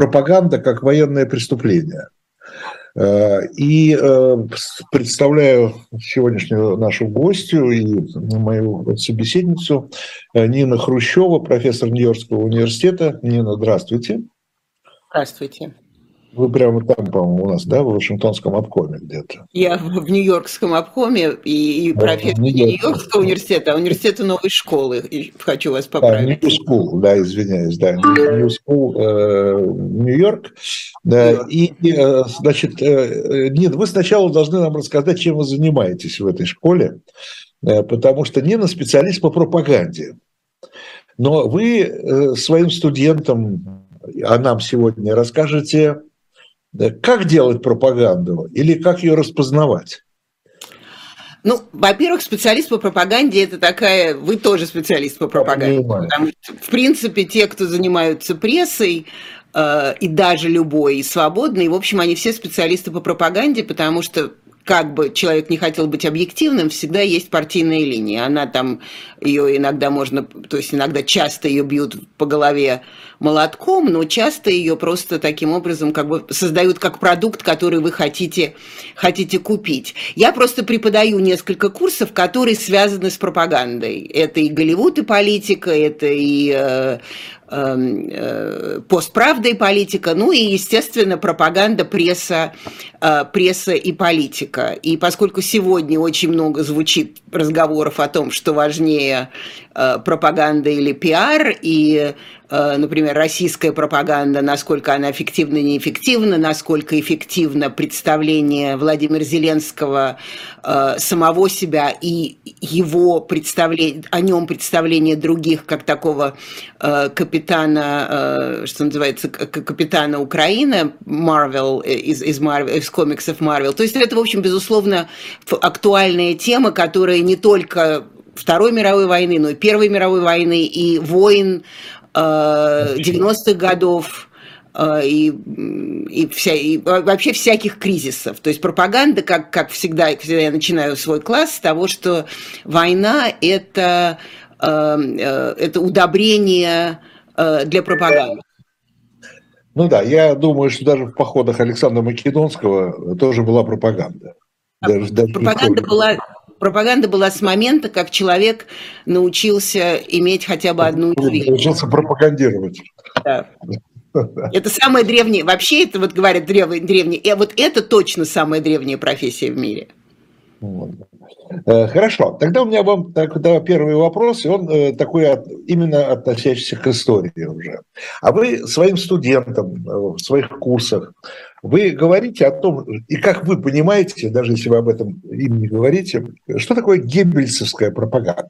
пропаганда как военное преступление. И представляю сегодняшнюю нашу гостью и мою собеседницу Нина Хрущева, профессор Нью-Йоркского университета. Нина, здравствуйте. Здравствуйте. Вы прямо там, по-моему, у нас, да, в Вашингтонском обкоме где-то. Я в Нью-Йоркском обкоме и профессор Нью-Йоркского университета, а университета новой школы. И хочу вас поправить. Да, New School, да, извиняюсь, да, New School, Нью-Йорк. Да, и, значит, Нина, вы сначала должны нам рассказать, чем вы занимаетесь в этой школе, потому что Нина специалист по пропаганде. Но вы своим студентам, а нам сегодня расскажете, как делать пропаганду или как ее распознавать? Ну, во-первых, специалист по пропаганде – это такая… Вы тоже специалист по пропаганде. Потому что, в принципе, те, кто занимаются прессой, и даже любой, и свободный, в общем, они все специалисты по пропаганде, потому что как бы человек не хотел быть объективным, всегда есть партийная линия. Она там, ее иногда можно, то есть иногда часто ее бьют по голове молотком, но часто ее просто таким образом как бы создают как продукт, который вы хотите купить. Я просто преподаю несколько курсов, которые связаны с пропагандой. Это и Голливуд, и политика, это и постправда и политика, ну и, естественно, пропаганда, пресса и политика. И поскольку сегодня очень много звучит разговоров о том, что важнее пропаганда или пиар, и, например, российская пропаганда, насколько она эффективна, неэффективна, насколько эффективно представление Владимира Зеленского самого себя и его представление, о нем представление других, как такого капитана, что называется, капитана Украины, Марвел, из комиксов Марвел. То есть это, в общем, безусловно, актуальная тема, которая не только Второй мировой войны, но и Первой мировой войны, и войн 90-х годов, и вообще всяких кризисов. То есть пропаганда, как всегда я начинаю свой класс с того, что война – это удобрение для пропаганды. Ну да, я думаю, что даже в походах Александра Македонского тоже была пропаганда. Пропаганда была с момента, как человек научился иметь хотя бы одну дверь. Научился пропагандировать. Да. Это самое древнее, вообще это вот говорят древнее, и вот это точно самая древняя профессия в мире. Хорошо, тогда у меня вам первый вопрос, и он такой именно относящийся к истории уже. А вы своим студентам в своих курсах, вы говорите о том, и как вы понимаете, даже если вы об этом им не говорите, что такое геббельсовская пропаганда?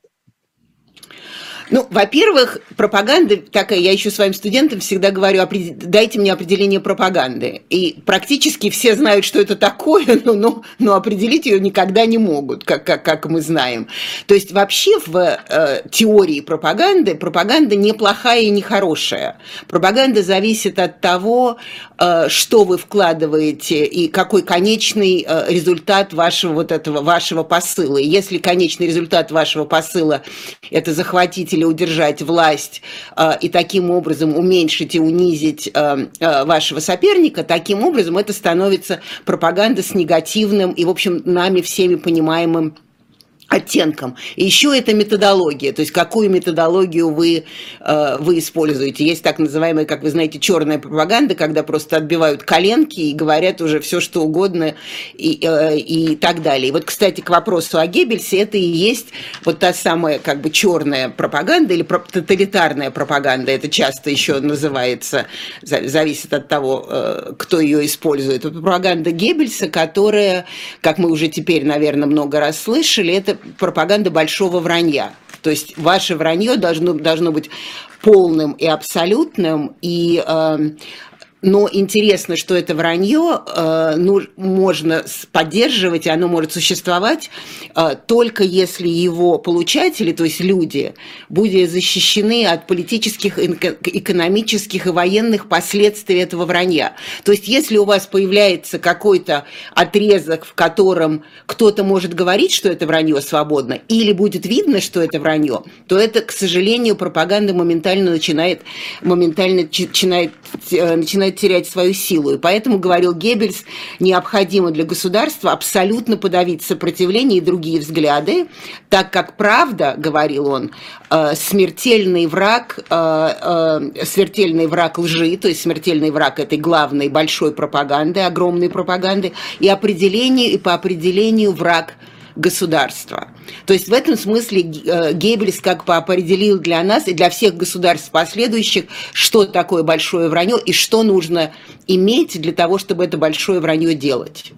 Ну, во-первых, пропаганда такая, я еще своим студентам всегда говорю, дайте мне определение пропаганды. И практически все знают, что это такое, но определить ее никогда не могут, как мы знаем. То есть вообще в теории пропаганда не плохая и не хорошая. Пропаганда зависит от того, что вы вкладываете и какой конечный результат вашего посыла. И если конечный результат вашего посыла – это захватить или удержать власть и таким образом уменьшить и унизить вашего соперника, таким образом это становится пропаганда с негативным и, в общем, нами всеми понимаемым оттенком. И еще это методология, то есть какую методологию вы используете. Есть так называемая, как вы знаете, черная пропаганда, когда просто отбивают коленки и говорят уже все, что угодно и так далее. И вот, кстати, к вопросу о Геббельсе, это и есть вот та самая как бы черная пропаганда или тоталитарная пропаганда, это часто еще называется, зависит от того, кто ее использует. Вот пропаганда Геббельса, которая, как мы уже теперь, наверное, много раз слышали, это пропаганда большого вранья. То есть ваше вранье должно быть полным и абсолютным, но интересно, что это вранье можно поддерживать, и оно может существовать только если его получатели, то есть люди, будут защищены от политических, экономических и военных последствий этого вранья. То есть если у вас появляется какой-то отрезок, в котором кто-то может говорить, что это вранье свободно, или будет видно, что это вранье, то это, к сожалению, пропаганда моментально начинает начинает терять свою силу. И поэтому, говорил Геббельс, необходимо для государства абсолютно подавить сопротивление и другие взгляды, так как правда, говорил он, смертельный враг лжи, то есть смертельный враг этой главной большой пропаганды, огромной пропаганды, и по определению враг государства. То есть в этом смысле Геббельс как бы определил для нас и для всех государств последующих, что такое большое вранье и что нужно иметь для того, чтобы это большое вранье делать.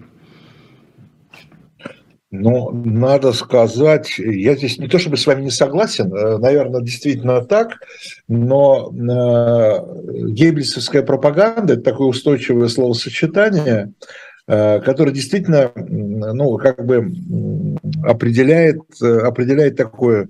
Ну, надо сказать, я здесь не то чтобы с вами не согласен, наверное, действительно так, но геббельсовская пропаганда – это такое устойчивое словосочетание, которое действительно, ну, как бы определяет такое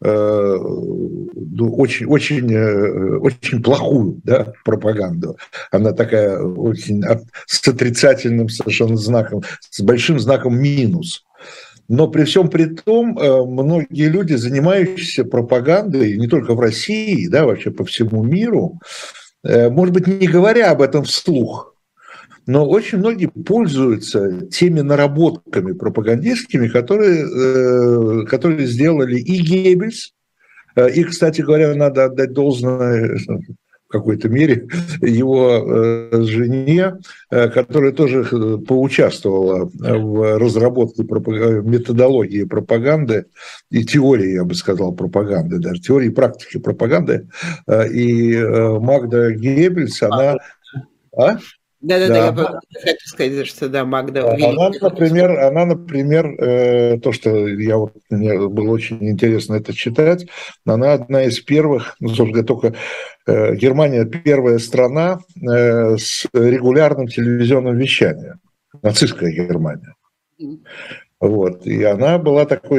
очень, очень, очень плохую, да, пропаганду. Она такая очень с отрицательным совершенно знаком, с большим знаком минус. Но при всем при том, многие люди, занимающиеся пропагандой, не только в России, да, вообще по всему миру, может быть, не говоря об этом вслух, но очень многие пользуются теми наработками пропагандистскими, которые сделали и Геббельс, и, кстати говоря, надо отдать должное в какой-то мере его жене, которая тоже поучаствовала в разработке методологии пропаганды и теории, я бы сказал, пропаганды, даже теории и практики пропаганды. И Магда Геббельс, она... Да-да-да, я хочу сказать, что да, Магда. Она, например, то, что мне было очень интересно это читать, она одна из первых, ну, собственно говоря, только Германия первая страна с регулярным телевизионным вещанием, нацистская Германия. Вот. И она была такой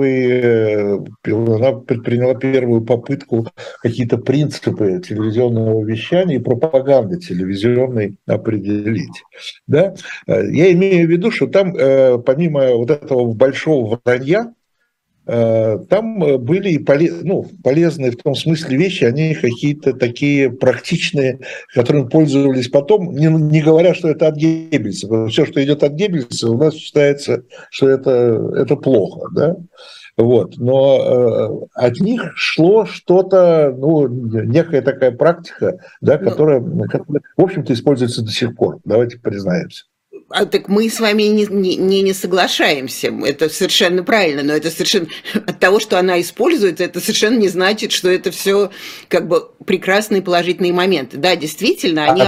она предприняла первую попытку какие-то принципы телевизионного вещания и пропаганды телевизионной определить. Да? Я имею в виду, что там, помимо вот этого большого вранья, там были и полезные в том смысле вещи, они какие-то такие практичные, которыми пользовались потом, не говоря, что это от Геббельса. Все, что идет от Геббельса, у нас считается, что это плохо. Да? Вот. Но от них шло что-то, некая такая практика, да, которая, в общем-то, используется до сих пор. Давайте признаемся. Так мы с вами не соглашаемся, это совершенно правильно, но это совершенно от того, что она используется, это совершенно не значит, что это все как бы прекрасные положительные моменты. Да, действительно, они...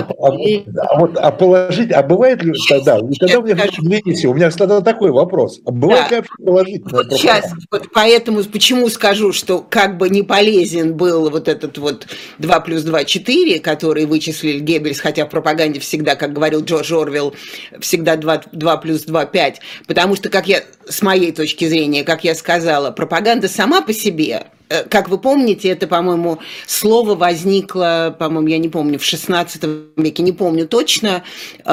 бывает ли... Тогда у меня тогда такой вопрос. А бывает ли вообще положительная пропаганда? Сейчас, поэтому почему скажу, что как бы не полезен был вот этот вот 2 + 2 = 4, который вычислили Геббельс, хотя в пропаганде всегда, как говорил Джордж Орвелл, всегда 2 + 2 = 5, потому что, с моей точки зрения, как я сказала, пропаганда сама по себе, как вы помните, это, по-моему, слово возникло, по-моему, я не помню, в XVI веке, не помню точно,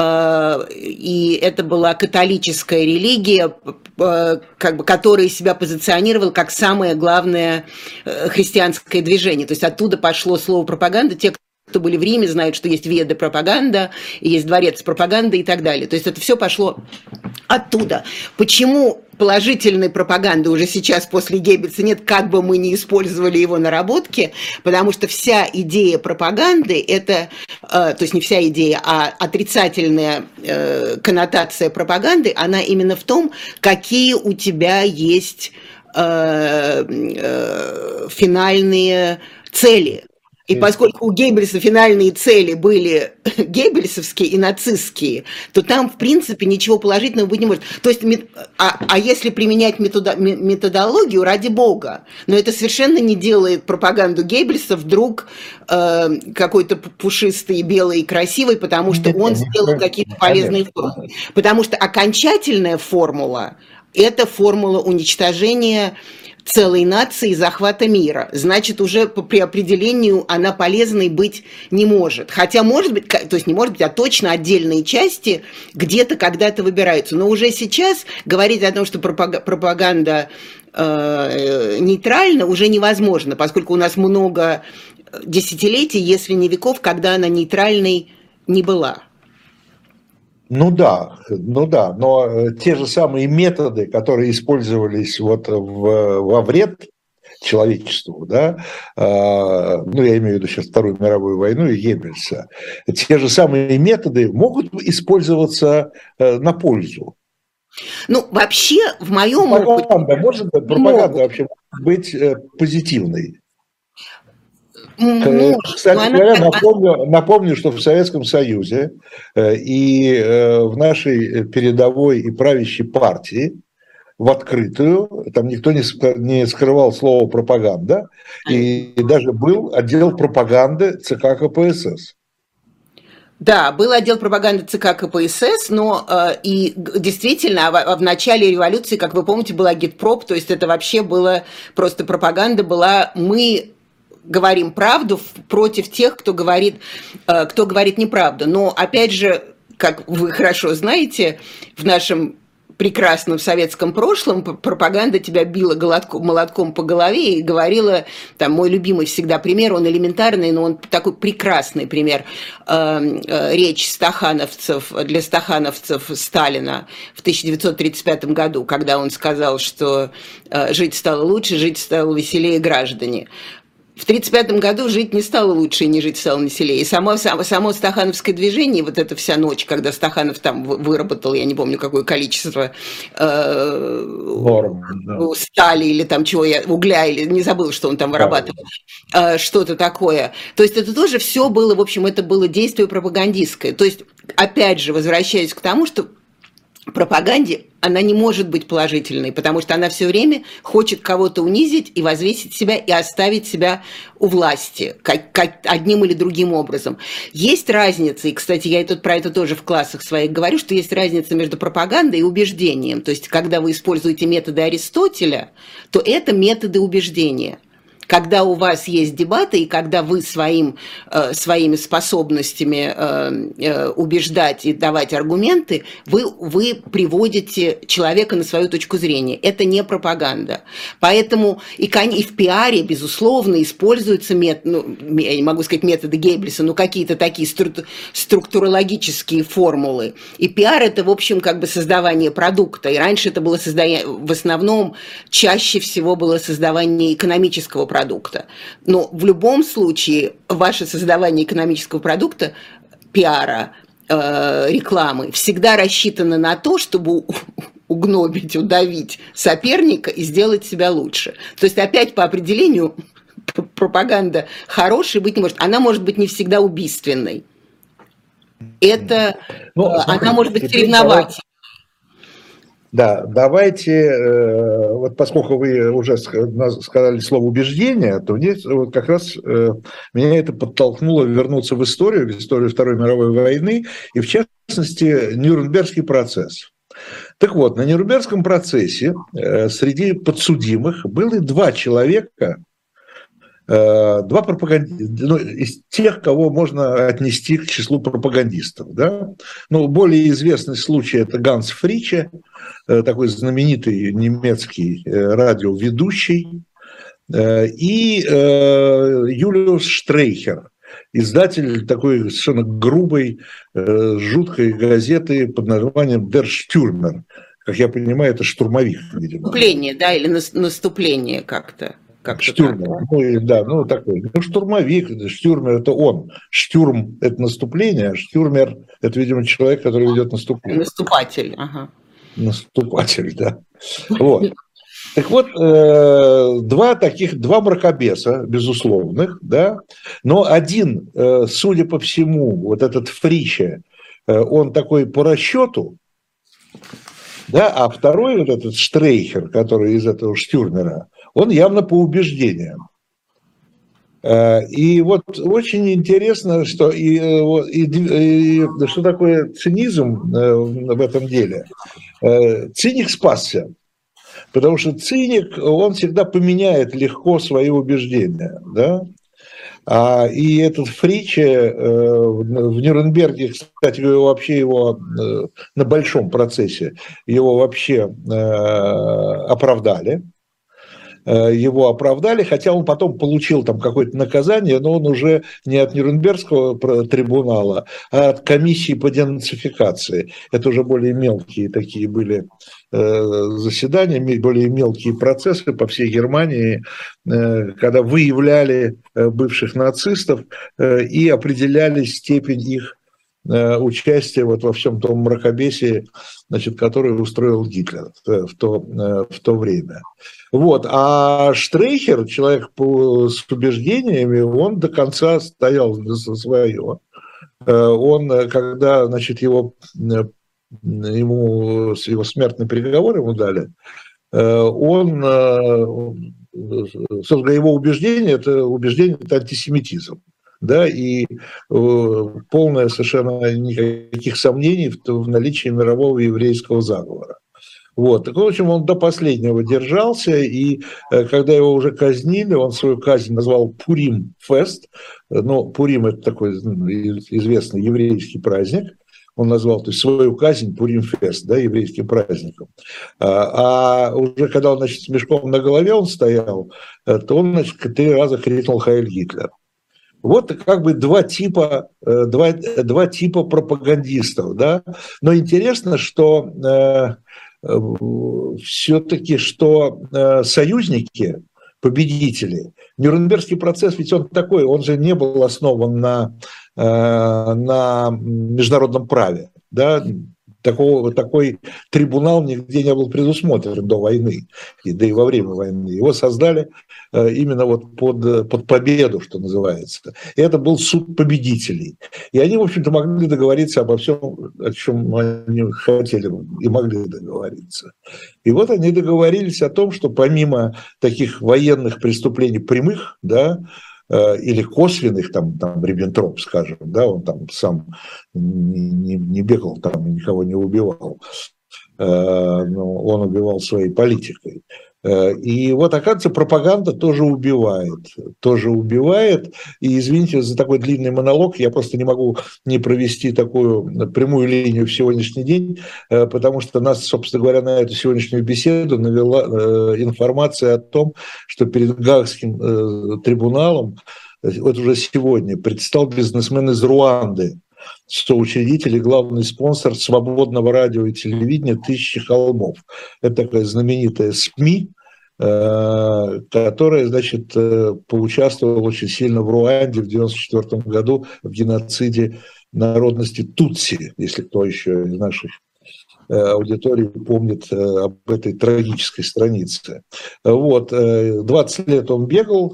и это была католическая религия, которая себя позиционировала как самое главное христианское движение. То есть оттуда пошло слово пропаганда. Те, кто были в Риме, знают, что есть Веда пропаганда, есть дворец пропаганды и так далее. То есть это все пошло оттуда. Почему положительной пропаганды уже сейчас после Геббельса нет, как бы мы ни использовали его наработки, потому что вся идея пропаганды, это, то есть не вся идея, а отрицательная коннотация пропаганды, она именно в том, какие у тебя есть финальные цели. И поскольку у Геббельса финальные цели были геббельсовские и нацистские, то там, в принципе, ничего положительного быть не может. То есть, если применять методологию, ради бога, но это совершенно не делает пропаганду Геббельса вдруг какой-то пушистой, белой и красивой, потому что он сделал какие-то полезные формулы. Потому что окончательная формула – это формула уничтожения целой нации, захвата мира. Значит, уже при определению она полезной быть не может. Хотя может быть, то есть не может быть, а точно отдельные части где-то когда-то выбираются. Но уже сейчас говорить о том, что пропаганда нейтральна, уже невозможно, поскольку у нас много десятилетий, если не веков, когда она нейтральной не была. Ну да, но те же самые методы, которые использовались во вред человечеству, да, ну я имею в виду сейчас Вторую мировую войну и Геббельса, те же самые методы могут использоваться на пользу. Ну, вообще, в моем опыте... Пропаганда вообще может быть позитивной. Кстати говоря, напомню, что в Советском Союзе и в нашей передовой и правящей партии в открытую, там никто не скрывал слово пропаганда, и даже был отдел пропаганды ЦК КПСС. Да, был отдел пропаганды ЦК КПСС, но и действительно в начале революции, как вы помните, был агитпроп, то есть это вообще было просто пропаганда была, мы говорим правду против тех, кто говорит неправду. Но опять же, как вы хорошо знаете, в нашем прекрасном советском прошлом пропаганда тебя била молотком по голове и говорила, там мой любимый всегда пример, он элементарный, но он такой прекрасный пример, речь стахановцев, для стахановцев Сталина в 1935 году, когда он сказал, что жить стало лучше, жить стало веселее граждане. В 1935 году жить не стало лучше, и не жить стало веселее. И само стахановское движение, вот эта вся ночь, когда Стаханов там выработал, я не помню, какое количество стали или там чего, угля, или не забыла, что он там вырабатывал, что-то такое. То есть это тоже все было, в общем, это было действие пропагандистское. То есть, опять же, возвращаясь к тому, что пропаганде она не может быть положительной, потому что она все время хочет кого-то унизить и возвысить себя, и оставить себя у власти одним или другим образом. Есть разница, и, кстати, я про это тоже в классах своих говорю, что есть разница между пропагандой и убеждением. То есть, когда вы используете методы Аристотеля, то это методы убеждения. Когда у вас есть дебаты, и когда вы своими способностями убеждать и давать аргументы, вы приводите человека на свою точку зрения. Это не пропаганда. Поэтому и в пиаре, безусловно, используются методы, я не могу сказать методы Геббельса, но какие-то такие структурологические формулы. И пиар – это, в общем, как бы создавание продукта. И раньше это было в основном, чаще всего было создавание экономического продукта. Но в любом случае ваше создавание экономического продукта, пиара, рекламы всегда рассчитано на то, чтобы угнобить, удавить соперника и сделать себя лучше. То есть опять по определению пропаганда хорошей быть не может. Она может быть не всегда убийственной. Она может быть соревновательной. Да, давайте, вот поскольку вы уже сказали слово убеждение, то мне вот как раз меня это подтолкнуло вернуться в историю Второй мировой войны, и в частности Нюрнбергский процесс. Так вот, на Нюрнбергском процессе среди подсудимых было два человека, два пропагандиста, из тех, кого можно отнести к числу пропагандистов. Да? Ну, более известный случай – это Ганс Фриче, такой знаменитый немецкий радиоведущий, и Юлиус Штрейхер, издатель такой совершенно грубой, жуткой газеты под названием «Дер Штюрмер». Как я понимаю, это штурмовик, видимо. Наступление, да, или наступление как-то. Штюрмер, такой. Штурмовик, штюрмер – это он. Штюрм – это наступление, а штюрмер – это, видимо, человек, который ведет наступление. Наступатель, ага. Наступатель, да. Вот. Так вот, два мракобеса, безусловных, да, но один, судя по всему, вот этот Фриче, он такой по расчету, да, а второй, вот этот Штрейхер, который из этого Штюрмера, он явно по убеждениям. И вот очень интересно, что что такое цинизм в этом деле. Циник спасся, потому что циник, он всегда поменяет легко свои убеждения, да. И этот Фриче в Нюрнберге, кстати, его на большом процессе его вообще оправдали. его оправдали, хотя он потом получил там какое-то наказание, но он уже не от Нюрнбергского трибунала, а от комиссии по денацификации. Это уже более мелкие такие были заседания, более мелкие процессы по всей Германии, когда выявляли бывших нацистов и определяли степень их участия вот во всем том мракобесии, значит, который устроил Гитлер в то время. Вот. А Штрейхер, человек с убеждениями, он до конца стоял за свое. Он, когда, значит, его смертный приговор ему дали, он, собственно, его убеждение – это антисемитизм. Да, и полное совершенно никаких сомнений в наличии мирового еврейского заговора. Вот. Так, в общем, он до последнего держался, и когда его уже казнили, он свою казнь назвал Пурим-фест. Но Пурим – это такой известный еврейский праздник. Он назвал, то есть, свою казнь Пурим-фест, да, еврейским праздником. А уже когда он, значит, с мешком на голове он стоял, то он, значит, 3 раза крикнул «Хайль Гитлер». Вот как бы два типа пропагандистов, да. Но интересно, что все-таки, что союзники, победители, Нюрнбергский процесс, ведь он такой, он же не был основан на международном праве, да. Такой трибунал нигде не был предусмотрен до войны, да и во время войны. Его создали именно вот под победу, что называется. И это был суд победителей. И они, в общем-то, могли договориться обо всем, о чем они хотели и могли договориться. И вот они договорились о том, что помимо таких военных преступлений прямых, да, или косвенных, там Риббентроп, скажем, да, он там сам не бегал, там никого не убивал, но он убивал своей политикой. И вот, оказывается, пропаганда тоже убивает. И, извините за такой длинный монолог, я просто не могу не провести такую прямую линию в сегодняшний день, потому что нас, собственно говоря, на эту сегодняшнюю беседу навела информация о том, что перед Гаагским трибуналом, вот уже сегодня, предстал бизнесмен из Руанды, соучредитель и главный спонсор свободного радио и телевидения «Тысячи холмов». Это такая знаменитая СМИ, которая, значит, поучаствовала очень сильно в Руанде в 1994 году в геноциде народности Тутси, если кто еще из наших аудитории помнит об этой трагической странице. Вот. 20 лет он бегал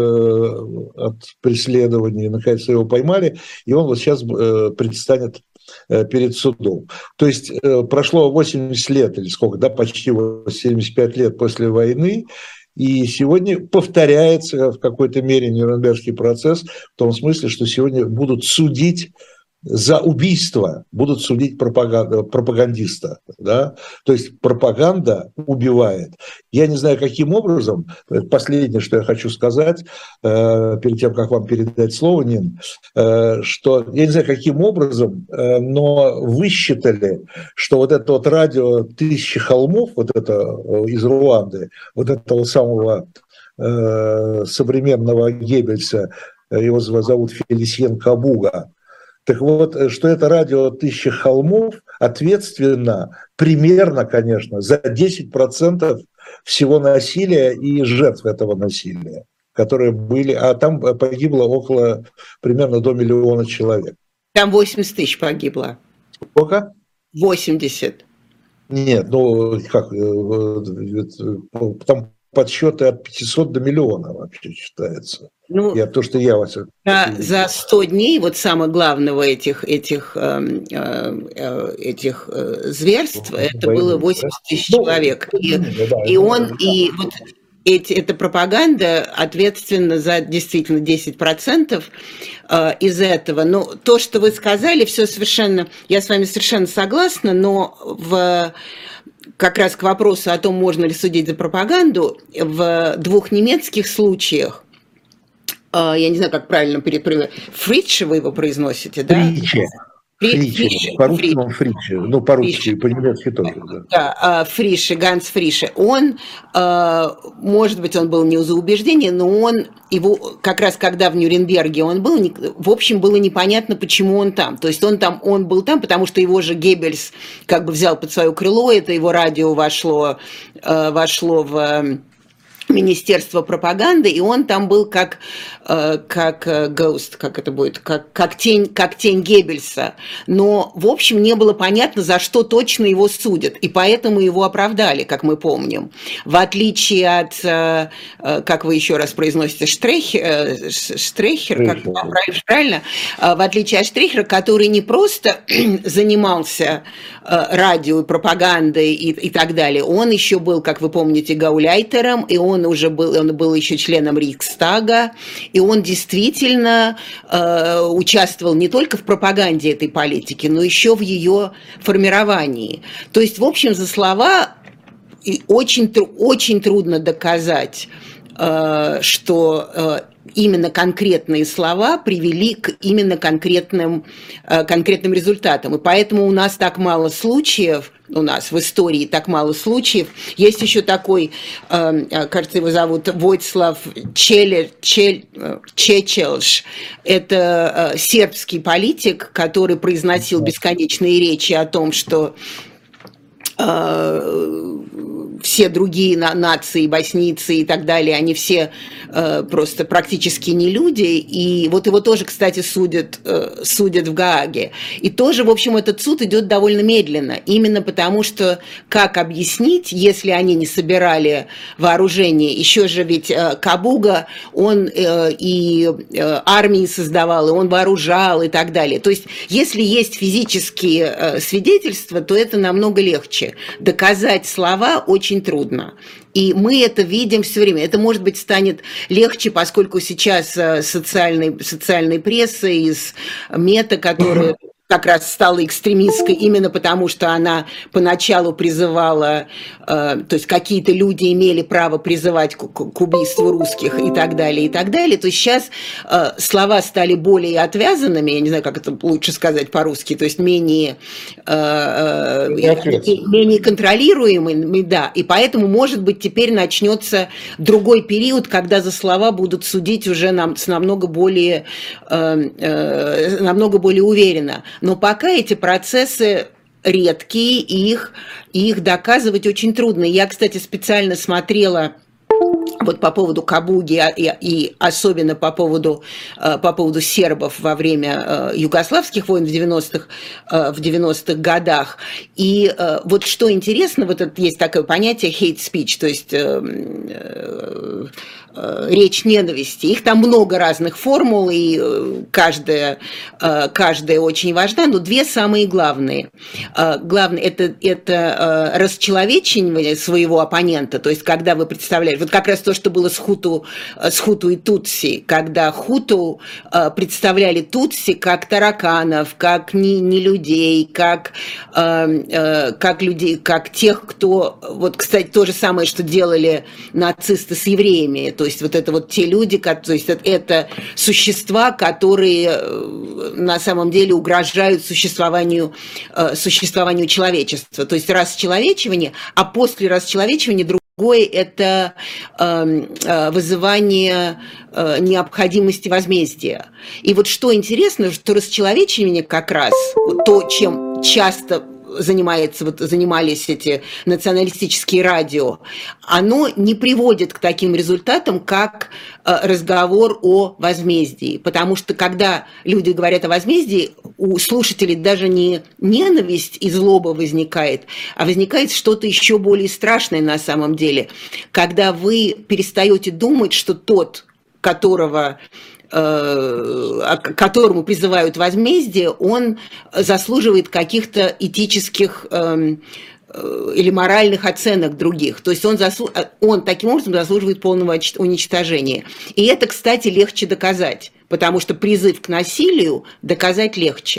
от преследований, наконец его поймали, и он вот сейчас предстанет перед судом. То есть прошло 80 лет, или сколько, да, почти 75 лет после войны, и сегодня повторяется в какой-то мере Нюрнбергский процесс в том смысле, что сегодня будут судить за убийство, будут судить пропагандиста. Да? То есть пропаганда убивает. Я не знаю, каким образом, последнее, что я хочу сказать, перед тем, как вам передать слово, Нин, что я не знаю, каким образом, но высчитали, что вот это вот радио «Тысячи холмов», вот это из Руанды, вот этого самого современного Геббельса, его зовут Фелисьен Кабуга. Так вот, что это радио «Тысячи холмов» ответственно, примерно, конечно, за 10% всего насилия и жертв этого насилия, которые были, а там погибло около примерно до 1 миллиона человек. Там 80 тысяч погибло. Сколько? 80. Нет, ну как, там подсчеты от 500 до миллиона вообще считается. Ну, то, что я вас... За 100 дней вот самое главного этих зверств, это было 80 тысяч человек. Эта пропаганда ответственна за действительно 10% из этого. Но то, что вы сказали, все совершенно... Я с вами совершенно согласна, но как раз к вопросу о том, можно ли судить за пропаганду, в 2 немецких случаях, я не знаю, как правильно Фридше вы его произносите, да? Фриче, по-русски он Фриче, ну, по-русски, по-немецки тоже, да. Да, Фрише, Ганс Фрише, он, может быть, он был не за убеждение, но он, его, как раз когда в Нюрнберге он был, в общем, было непонятно, почему он там. То есть он был там, потому что его же Геббельс как бы взял под свое крыло, это его радио вошло в Министерство пропаганды, и он там был как ghost, как это будет, как тень Геббельса. Но, в общем, не было понятно, за что точно его судят, и поэтому его оправдали, как мы помним. В отличие от, как вы еще раз произносите, Штрейхер, как правильно, в отличие от Штрейхера, который не просто занимался радио, пропагандой и так далее, он еще был, как вы помните, гауляйтером, и он был еще членом Рейхстага, и он действительно участвовал не только в пропаганде этой политики, но еще в ее формировании. То есть, в общем, за слова очень трудно доказать, что именно конкретные слова привели к именно конкретным результатам. И поэтому у нас так мало случаев, у нас в истории так мало случаев. Есть еще такой, кажется, его зовут Войцлав Чечелш. Это сербский политик, который произносил бесконечные речи о том, что все другие нации, боснийцы и так далее, они все просто практически не люди. И вот его тоже, кстати, судят в Гааге. И тоже, в общем, этот суд идет довольно медленно. Именно потому, что как объяснить, если они не собирали вооружение? Еще же ведь Кабуга, он и армии создавал, и он вооружал и так далее. То есть, если есть физические свидетельства, то это намного легче. Доказать слова очень трудно. И мы это видим все время. Это, может быть, станет легче, поскольку сейчас социальной прессы из Мета, которая как раз стала экстремистской именно потому, что она поначалу призывала, то есть какие-то люди имели право призывать к убийству русских и так далее, и так далее. То есть сейчас слова стали более отвязанными, я не знаю, как это лучше сказать по-русски, то есть менее контролируемыми, да. И поэтому, может быть, теперь начнется другой период, когда за слова будут судить уже с намного более уверенно. Но пока эти процессы редкие, и их доказывать очень трудно. Я, кстати, специально смотрела вот по поводу Кабуги и особенно по поводу сербов во время югославских войн в 90-х годах. И вот что интересно, вот это есть такое понятие hate speech, то есть речь ненависти. Их там много разных формул, и каждая очень важна, но две самые главные. Главное это расчеловечивание своего оппонента, то есть когда вы представляете, вот как раз то, что было с хуту и тутси, когда хуту представляли тутси как тараканов, как не людей, как людей, как тех, кто, вот, кстати, то же самое, что делали нацисты с евреями, то есть вот это вот те люди, то есть это существа, которые на самом деле угрожают существованию человечества, то есть расчеловечивание, а после расчеловечивания другое – это вызывание необходимости возмездия. И вот что интересно, что расчеловечивание как раз то, чем часто занимались эти националистические радио, оно не приводит к таким результатам, как разговор о возмездии. Потому что, когда люди говорят о возмездии, у слушателей даже не ненависть и злоба возникает, а возникает что-то еще более страшное на самом деле. Когда вы перестаете думать, что тот, которому призывают возмездие, он заслуживает каких-то этических или моральных оценок других. То есть он таким образом заслуживает полного уничтожения. И это, кстати, легче доказать, потому что призыв к насилию доказать легче.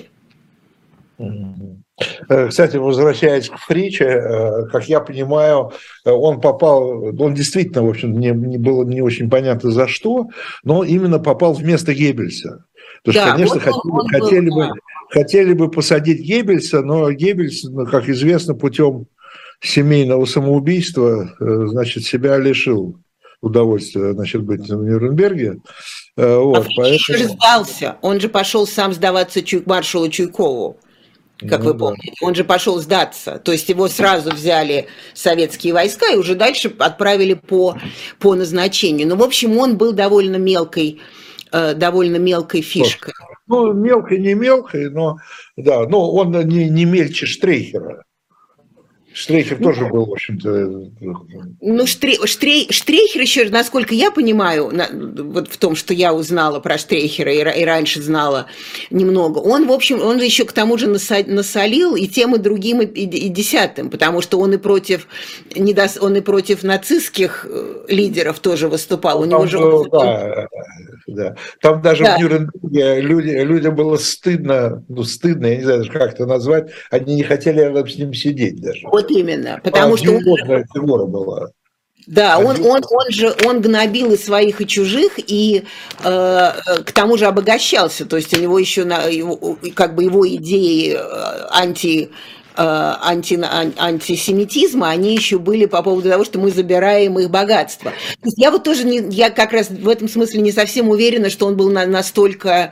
Кстати, возвращаясь к Фриче, как я понимаю, он действительно, в общем, мне было не очень понятно за что, но именно попал вместо Геббельса. Потому что, конечно, хотели бы посадить Геббельса, но Геббельс, как известно, путем семейного самоубийства, значит, себя лишил удовольствия, значит, быть в Нюрнберге. Вот, Фричи же сдался. Он же пошел сам сдаваться маршалу Чуйкову, как вы помните. Он же пошел сдаться. То есть его сразу взяли советские войска и уже дальше отправили по назначению. Ну, в общем, он был довольно мелкой фишкой. Ну, мелкой, не мелкой, но да, но он не мельче Штрейхера. Штрейхер тоже был, в общем-то... Ну, Штрейхер еще, насколько я понимаю, вот в том, что я узнала про Штрейхера и раньше знала немного, он, в общем, он еще к тому же насолил и тем, и другим, и десятым, потому что он и против нацистских лидеров тоже выступал. У него же... Да. Там даже в Нюрнберге людям было стыдно, я не знаю, как это назвать, они не хотели рядом с ним сидеть даже. Вот именно, потому что... фигура была. Да, он гнобил и своих, и чужих, и к тому же обогащался, то есть у него еще как бы его идеи антисемитизма, они еще были по поводу того, что мы забираем их богатство. То есть я вот тоже я как раз в этом смысле не совсем уверена, что он был настолько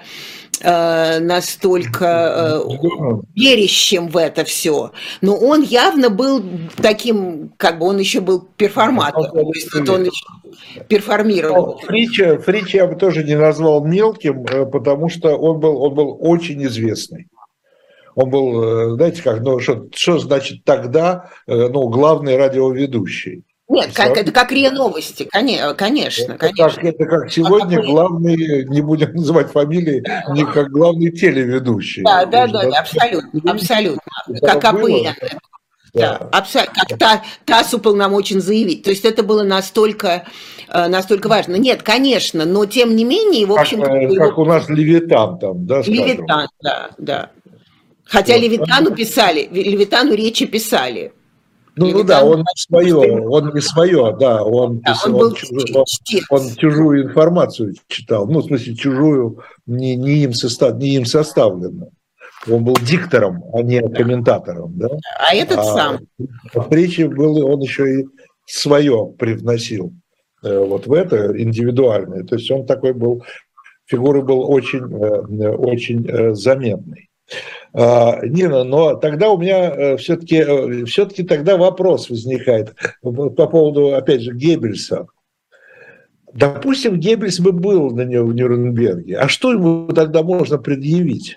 верящим в это все. Но он явно был таким, как бы он еще был перформатором. То есть вот он еще перформировал. Фрича я бы тоже не назвал мелким, потому что он был очень известный. Он был, знаете как, ну что значит тогда, главный радиоведущий. Нет, это как РИА Новости, конечно. Это как сегодня главный, не будем называть фамилии, не как главный телеведущий. Да, абсолютно. Как АПН. Да, как ТАСС уполномочен заявить. То есть это было настолько важно. Нет, конечно, но тем не менее, в общем... Как у нас Левитан там, да? Левитан, да. Хотя Левитану речи писали. Он чужую информацию читал, в смысле чужую, не им составленную. Он был диктором, а не комментатором, да? А этот сам. В речи он еще и свое привносил вот в это индивидуальное. То есть он такой фигурой был очень заметной. Нина, но тогда у меня все-таки тогда вопрос возникает по поводу, опять же, Геббельса. Допустим, Геббельс бы был в Нюрнберге, а что ему тогда можно предъявить?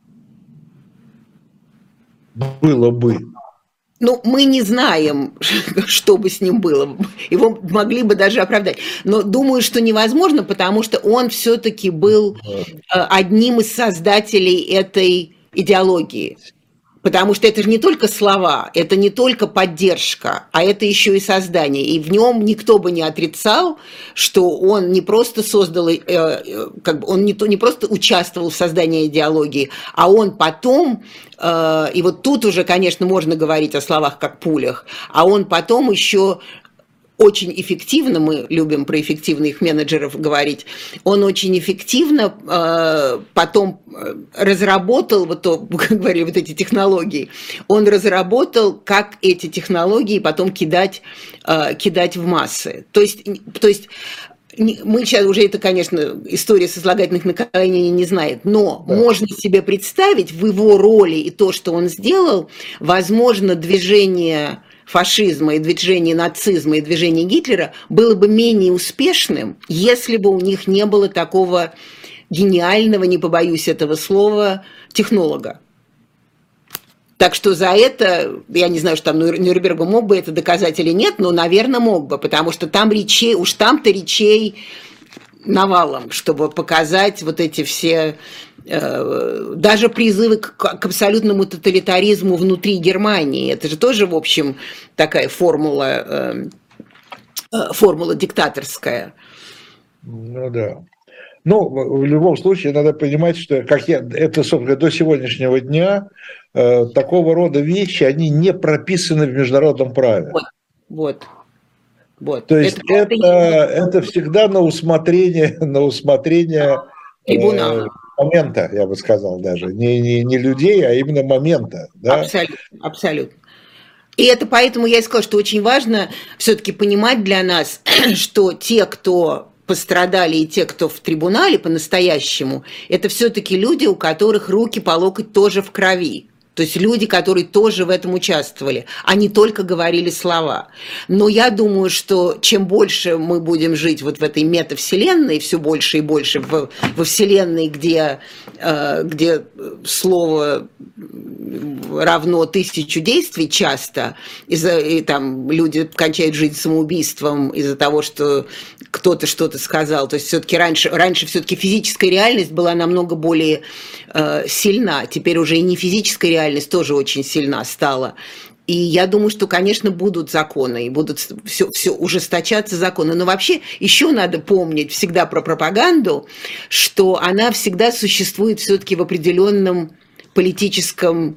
Было бы. Ну, мы не знаем, что бы с ним было. Его могли бы даже оправдать. Но думаю, что невозможно, потому что он все-таки был одним из создателей этой идеологии. Потому что это же не только слова, это не только поддержка, а это еще и создание. И в нем никто бы не отрицал, что он не просто создал, он не просто участвовал в создании идеологии, а он потом, и вот тут уже, конечно, можно говорить о словах как пулях, а он потом еще очень эффективно, мы любим про эффективных менеджеров говорить, он очень эффективно потом разработал, как говорили, вот эти технологии, он разработал, как эти технологии потом кидать в массы. То есть мы сейчас уже это, конечно, история сослагательных наклонений не знает, но можно себе представить в его роли и то, что он сделал, возможно, движение фашизма и движение нацизма и движение Гитлера было бы менее успешным, если бы у них не было такого гениального, не побоюсь этого слова, технолога. Так что за это, я не знаю, что там Нюрнберг мог бы это доказать или нет, но, наверное, мог бы, потому что там там-то речей навалом, чтобы показать вот эти все, даже призывы к абсолютному тоталитаризму внутри Германии. Это же тоже, в общем, такая формула диктаторская. Ну да. В любом случае, надо понимать, что это, собственно, до сегодняшнего дня такого рода вещи, они не прописаны в международном праве. Вот. То есть это всегда на усмотрение трибунала. момента, я бы сказал даже. Не людей, а именно момента. Да? Абсолютно, абсолютно. И это поэтому я и сказала, что очень важно все-таки понимать для нас, что те, кто пострадали, и те, кто в трибунале по-настоящему, это все-таки люди, у которых руки по локоть тоже в крови. То есть люди, которые тоже в этом участвовали, а не только говорили слова. Но я думаю, что чем больше мы будем жить вот в этой метавселенной, все больше и больше во вселенной, где слово равно 1000 действий часто, и там люди кончают жизнь самоубийством из-за того, что кто-то что-то сказал. То есть все-таки раньше все-таки физическая реальность была намного более сильна. Теперь уже и не физическая реальность тоже очень сильна стала. И я думаю, что, конечно, будут законы, и будут все ужесточаться законы. Но вообще еще надо помнить всегда про пропаганду, что она всегда существует все-таки в определенном политическом,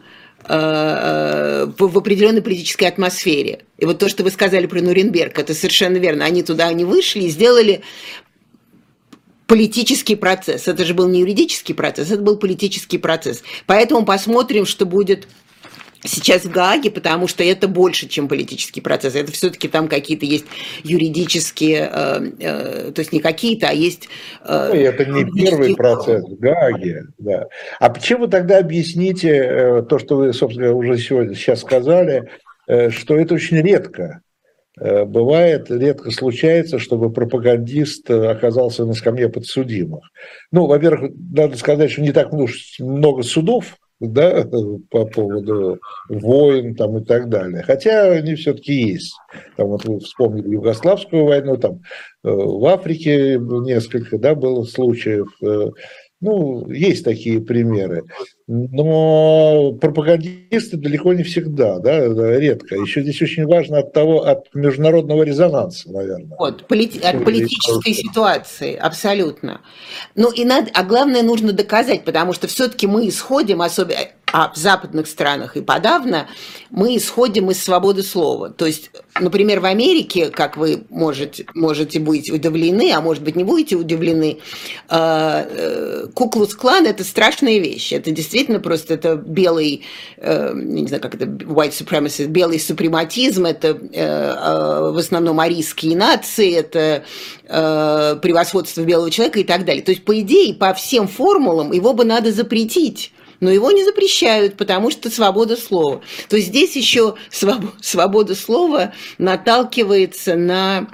в определенной политической атмосфере. И вот то, что вы сказали про Нюрнберг, это совершенно верно. Они туда не вышли и сделали политический процесс. Это же был не юридический процесс, это был политический процесс. Поэтому посмотрим, что будет сейчас в Гааге, потому что это больше, чем политический процесс. Это все-таки там какие-то есть юридические, то есть не какие-то, а есть... это не первый процесс в Гааге. Да. А почему вы тогда объясните то, что вы, собственно, уже сейчас сказали, что это очень редко бывает, редко случается, чтобы пропагандист оказался на скамье подсудимых. Ну, во-первых, надо сказать, что не так много судов, да, по поводу войн там, и так далее. Хотя они все-таки есть. Там, вот вы вспомнили Югославскую войну, там в Африке несколько, да, было случаев. Ну, есть такие примеры. Но пропагандисты далеко не всегда, да, редко. Еще здесь очень важно от международного резонанса, наверное. Вот, от политической ситуации, абсолютно. Ну, а главное, нужно доказать, потому что все-таки мы исходим, особенно в западных странах и подавно, мы исходим из свободы слова. То есть, например, в Америке, как вы можете быть удивлены, а может быть не будете удивлены, Ку-клукс-клан – это страшная вещь. Это действительно просто это белый, не знаю, как это, white supremacy, белый супрематизм, это в основном арийские нации, это превосходство белого человека и так далее. То есть, по идее, по всем формулам его бы надо запретить. Но его не запрещают, потому что свобода слова. То есть здесь еще свобода слова наталкивается на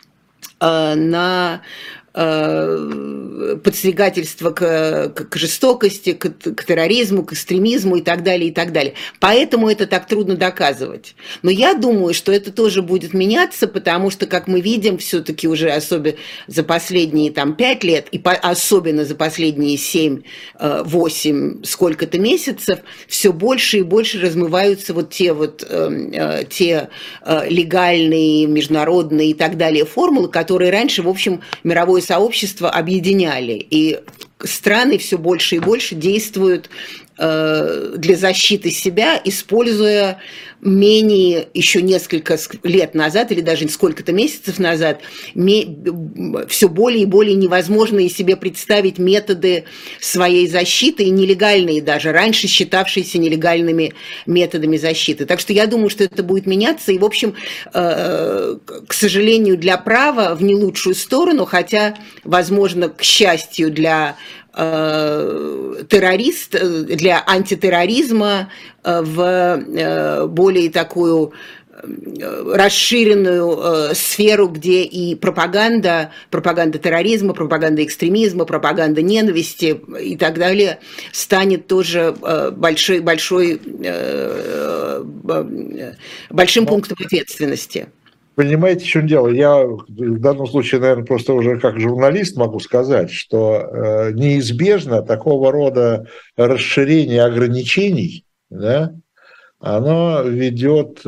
подстрекательство к жестокости, к терроризму, к экстремизму и так далее, и так далее. Поэтому это так трудно доказывать. Но я думаю, что это тоже будет меняться, потому что, как мы видим, все-таки уже особенно за последние 5 лет, и особенно за последние 7-8 сколько-то месяцев, все больше и больше размываются те легальные, международные и так далее формулы, которые раньше, в общем, мировое сообщество объединяли, и страны все больше и больше действуют для защиты себя, используя менее еще несколько лет назад или даже сколько-то месяцев назад все более и более невозможные себе представить методы своей защиты, и нелегальные даже, раньше считавшиеся нелегальными методами защиты. Так что я думаю, что это будет меняться, и, в общем, к сожалению, для права в не лучшую сторону, хотя, возможно, к счастью, для для антитерроризма в более такую расширенную сферу, где и пропаганда терроризма, пропаганда экстремизма, пропаганда ненависти и так далее станет тоже большим пунктом ответственности. Понимаете, в чем дело? Я в данном случае, наверное, просто уже как журналист могу сказать, что неизбежно такого рода расширение ограничений, да, оно ведет,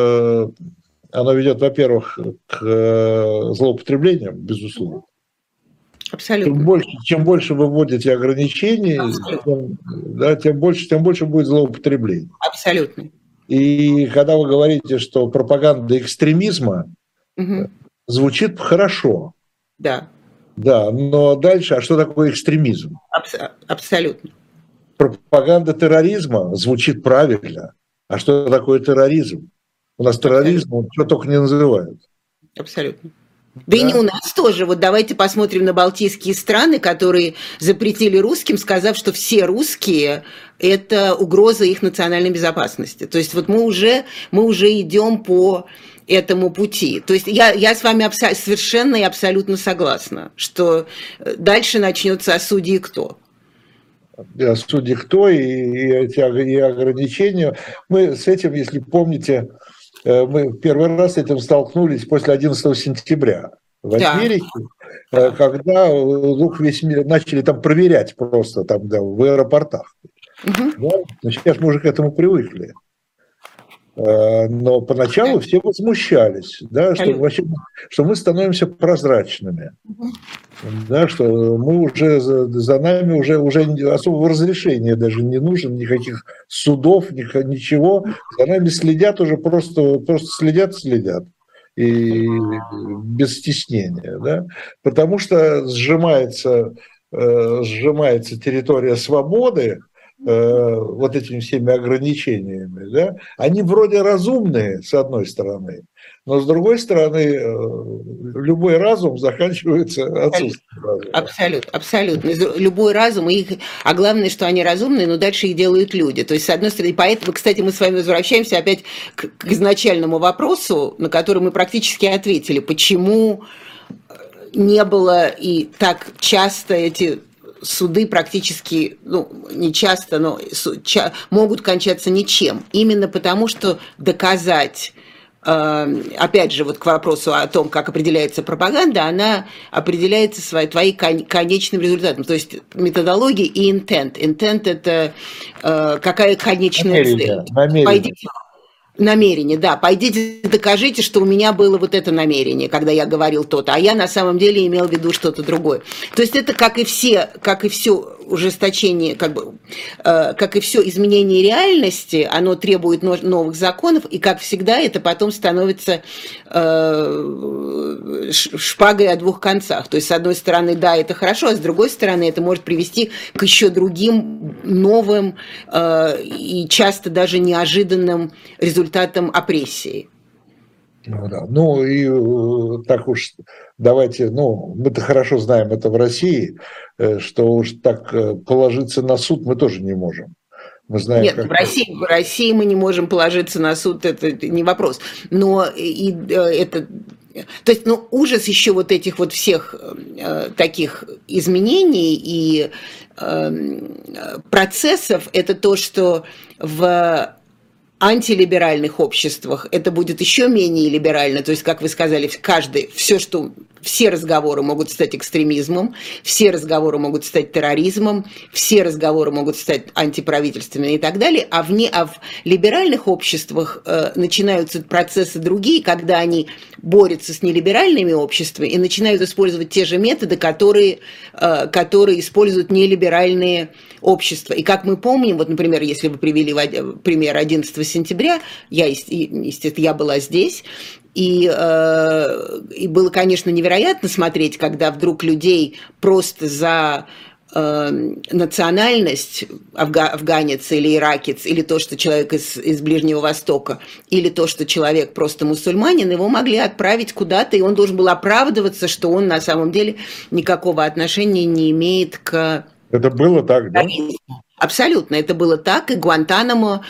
во-первых, к злоупотреблениям, безусловно. Абсолютно. Чем больше вы вводите ограничений, тем больше будет злоупотребление. Абсолютно. И когда вы говорите, что пропаганда экстремизма звучит хорошо. Да. Да, но дальше, а что такое экстремизм? Абсолютно. Пропаганда терроризма звучит правильно. А что такое терроризм? У нас терроризм, что только не называют. Абсолютно. Да и не у нас тоже. Вот давайте посмотрим на балтийские страны, которые запретили русским, сказав, что все русские – это угроза их национальной безопасности. То есть вот мы уже идем по этому пути. То есть я с вами совершенно и абсолютно согласна, что дальше начнется «судьи кто?». Судьи кто и эти ограничения. Мы с этим, если помните, мы первый раз с этим столкнулись после 11 сентября в Америке, когда вдруг весь мир начали там проверять просто там, да, в аэропортах. Да? Но сейчас мы уже к этому привыкли. Но поначалу все возмущались, да, что мы становимся прозрачными, да, что мы уже за нами уже особого разрешения даже не нужно, никаких судов, ничего, за нами следят уже просто следят и без стеснения, да, потому что сжимается территория свободы вот этими всеми ограничениями, да, они вроде разумные, с одной стороны, но с другой стороны, любой разум заканчивается отсутствием разума. Абсолютно. Любой разум, а главное, что они разумные, но дальше их делают люди. То есть, с одной стороны, поэтому, кстати, мы с вами возвращаемся опять к изначальному вопросу, на который мы практически ответили. Почему не было и так часто эти суды практически, не часто, но могут кончаться ничем. Именно потому, что доказать, опять же, вот к вопросу о том, как определяется пропаганда, она определяется твоим конечным результатом. То есть методология и intent. Intent – это какая конечная цель. Намерение, да. Пойдите, докажите, что у меня было вот это намерение, когда я говорил то-то, а я на самом деле имел в виду что-то другое. То есть это как и все ужесточение, как и все изменение реальности, оно требует новых законов, и как всегда это потом становится шпагой о двух концах. То есть, с одной стороны, да, это хорошо, а с другой стороны, это может привести к еще другим новым и часто даже неожиданным результатам опрессии. Ну и так уж давайте, мы-то хорошо знаем это в России, что уж так положиться на суд мы тоже не можем. Мы знаем, нет, в России мы не можем положиться на суд, это не вопрос. Но и это... То есть, ужас еще вот этих вот всех таких изменений и процессов, это то, что в антилиберальных обществах это будет еще менее либерально, то есть, как вы сказали, все разговоры могут стать экстремизмом, все разговоры могут стать терроризмом, все разговоры могут стать антиправительственными и так далее, а в либеральных обществах начинаются процессы другие, когда они борются с нелиберальными обществами и начинают использовать те же методы, которые используют нелиберальные общества. И как мы помним, вот, например, если вы привели пример 11 сентября, я была здесь, и было, конечно, невероятно смотреть, когда вдруг людей просто за национальность, афганец или иракец, или то, что человек из Ближнего Востока, или то, что человек просто мусульманин, его могли отправить куда-то, и он должен был оправдываться, что он на самом деле никакого отношения не имеет к... Это было так, да? Абсолютно, это было так, и Гуантанамо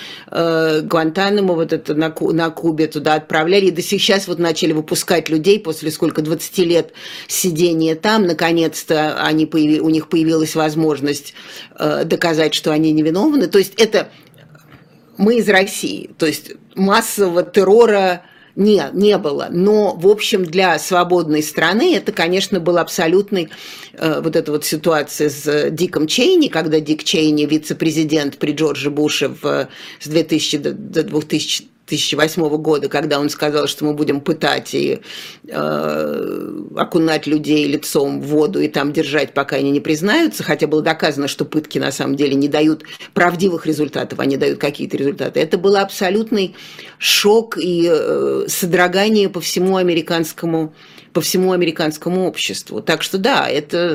вот это на Кубе туда отправляли, и до сейчас вот начали выпускать людей после 20 лет сидения там, наконец-то у них появилась возможность доказать, что они невиновны, то есть это мы из России, то есть массового террора не было, но, в общем, для свободной страны это, конечно, была абсолютной вот эта вот ситуация с Диком Чейни, когда Дик Чейни, вице-президент при Джордже Буше с 2000 до 2000 2008 года, когда он сказал, что мы будем пытать и окунать людей лицом в воду и там держать, пока они не признаются, хотя было доказано, что пытки на самом деле не дают правдивых результатов, они дают какие-то результаты. Это был абсолютный шок и содрогание по всему американскому обществу. Так что да, это...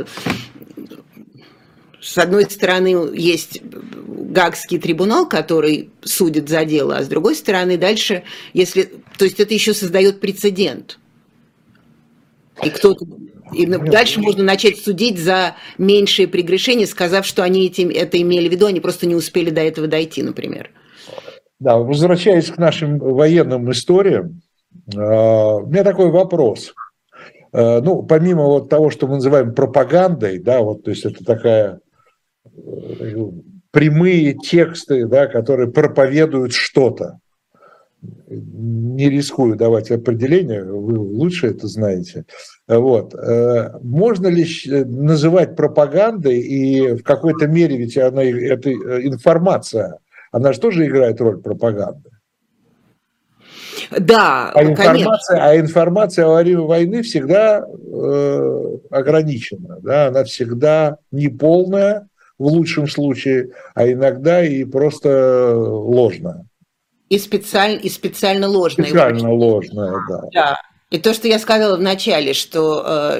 С одной стороны, есть Гаагский трибунал, который судит за дело, а с другой стороны, дальше, то есть это еще создает прецедент. И дальше можно начать судить за меньшие прегрешения, сказав, что они это имели в виду, они просто не успели до этого дойти, например. Да, возвращаясь к нашим военным историям, у меня такой вопрос. Ну, помимо вот того, что мы называем пропагандой, да, вот, то есть это такая прямые тексты, да, которые проповедуют что-то. Не рискую давать определение, вы лучше это знаете. Вот. Можно ли называть пропагандой, и в какой-то мере ведь эта информация, она же тоже играет роль пропаганды? Да, конечно. А информация во время войны всегда ограничена, да? Она всегда неполная, в лучшем случае, а иногда и просто ложная. И специально ложная. Специально ложная, да. Да. И то, что я сказала в начале, что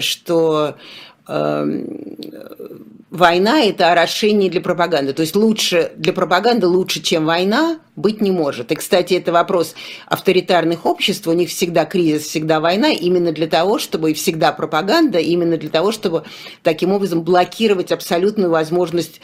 война – это орошение для пропаганды. То есть для пропаганды лучше, чем война, быть не может. И, кстати, это вопрос авторитарных обществ. У них всегда кризис, всегда война, именно для того, чтобы, и всегда пропаганда, именно для того, чтобы таким образом блокировать абсолютную возможность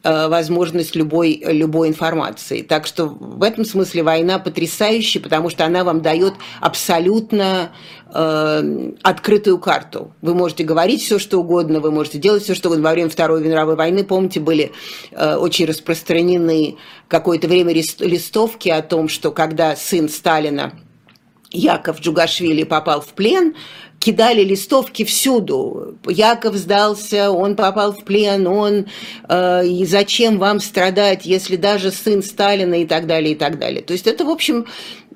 любой информации. Так что в этом смысле война потрясающая, потому что она вам дает абсолютно открытую карту. Вы можете говорить все, что угодно, вы можете делать все, что угодно. Во время Второй мировой войны, помните, были очень распространены какое-то время листовки о том, что когда сын Сталина, Яков Джугашвили, попал в плен, кидали листовки всюду. Яков сдался, он попал в плен, и зачем вам страдать, если даже сын Сталина и так далее, и так далее. То есть это, в общем,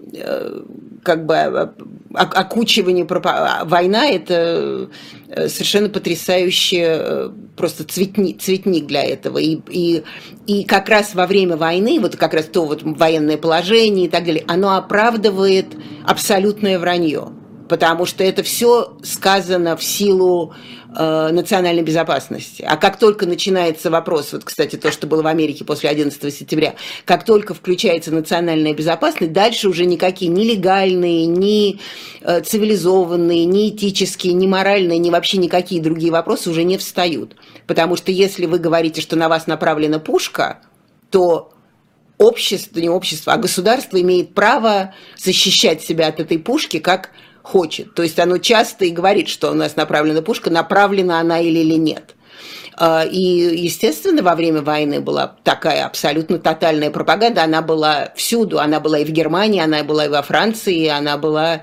как бы окучивание, война – это совершенно потрясающий просто цветник для этого. И как раз во время войны, вот как раз то вот военное положение и так далее, оно оправдывает абсолютное вранье. Потому что это все сказано в силу национальной безопасности. А как только начинается вопрос, вот, кстати, то, что было в Америке после 11 сентября, как только включается национальная безопасность, дальше уже никакие ни легальные, ни цивилизованные, ни этические, ни моральные, ни вообще никакие другие вопросы уже не встают. Потому что если вы говорите, что на вас направлена пушка, то общество, не общество, а государство имеет право защищать себя от этой пушки как хочет. То есть оно часто и говорит, что у нас направлена пушка, направлена она или нет. И, естественно, во время войны была такая абсолютно тотальная пропаганда, она была всюду, она была и в Германии, она была и во Франции, она была...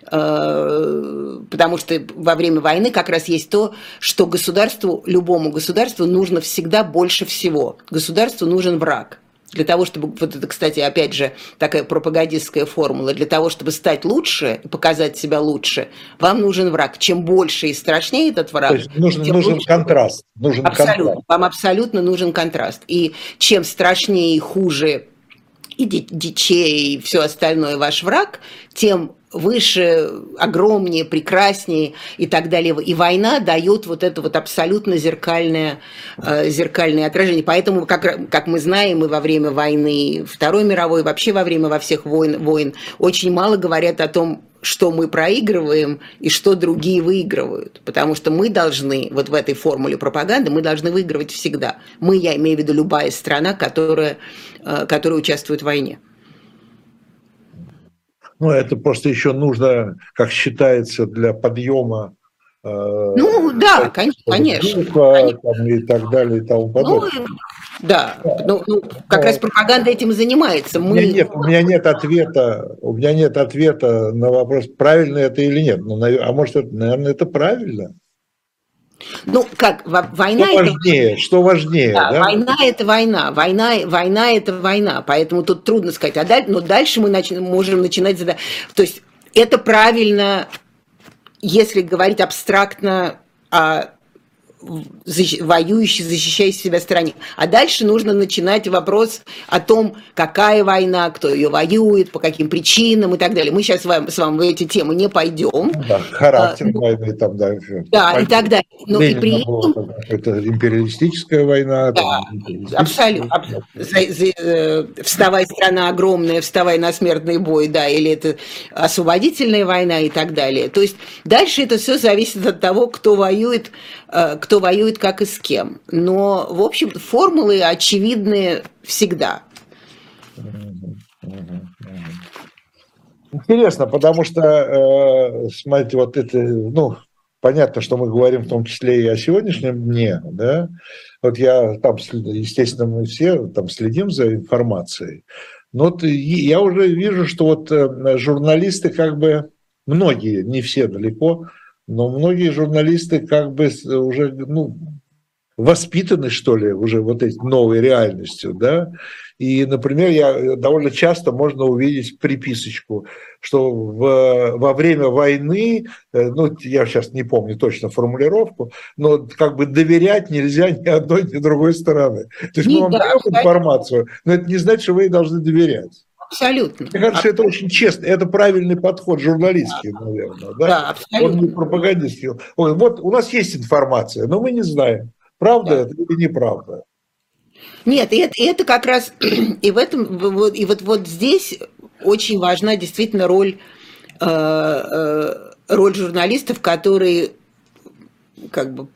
Потому что во время войны как раз есть то, что государству, любому государству нужно всегда больше всего. Государству нужен враг. Для того, чтобы, вот это, кстати, опять же, такая пропагандистская формула, для того, чтобы стать лучше и показать себя лучше, вам нужен враг. Чем больше и страшнее этот враг, то есть нужен контраст. Абсолютно. Вам абсолютно нужен контраст. И чем страшнее и хуже, и дичее, и все остальное ваш враг, тем выше, огромнее, прекраснее и так далее. И война дает вот это вот абсолютно зеркальное отражение. Поэтому, как мы знаем, и во время войны Второй мировой, вообще во всех войн очень мало говорят о том, что мы проигрываем и что другие выигрывают. Потому что мы должны, вот в этой формуле пропаганды, мы должны выигрывать всегда. Мы, я имею в виду любая страна, которая участвует в войне. Ну, это просто еще нужно, как считается, для подъема. Ну, да, конечно. Духа, там, и так далее, и тому подобное. Да, как раз пропаганда этим и занимается. У меня нет ответа на вопрос, правильно это или нет. А может, наверное, это правильно. Ну, как, война Что важнее, что важнее, да, да? война – это война, война – это война, поэтому тут трудно сказать. Но дальше мы можем начинать задать. То есть это правильно, если говорить абстрактно о воюющей, защищающей себя стране. А дальше нужно начинать вопрос о том, какая война, кто ее воюет, по каким причинам и так далее. Мы сейчас с вами в эти темы не пойдем. Да, характер войны там, да. Да, и так далее. Но и при этом... Была какая-то империалистическая война. Да, абсолютно. Вставай, страна огромная, вставай на смертный бой, да, или это освободительная война и так далее. То есть дальше это все зависит от того, кто воюет, как и с кем. Но, в общем, формулы очевидны всегда. Интересно, потому что, смотрите, вот это, ну, понятно, что мы говорим в том числе и о сегодняшнем дне, да, вот я там, естественно, мы все там следим за информацией, но вот я уже вижу, что вот журналисты как бы, многие, не все далеко, но многие журналисты как бы уже, ну, воспитаны, что ли, уже вот этой новой реальностью, да, и, например, довольно часто можно увидеть приписочку, что во время войны, ну, я сейчас не помню точно формулировку, но как бы доверять нельзя ни одной, ни другой стороны. То есть мы вам даем информацию, но это не значит, что вы ей должны доверять. Абсолютно. Мне кажется, это очень честно, это правильный подход журналистский, наверное, да? Да, абсолютно. Он не пропагандистский. Вот у нас есть информация, но мы не знаем, правда это или неправда. Нет, и это как раз, и в этом, и вот здесь очень важна действительно роль журналистов, которые как бы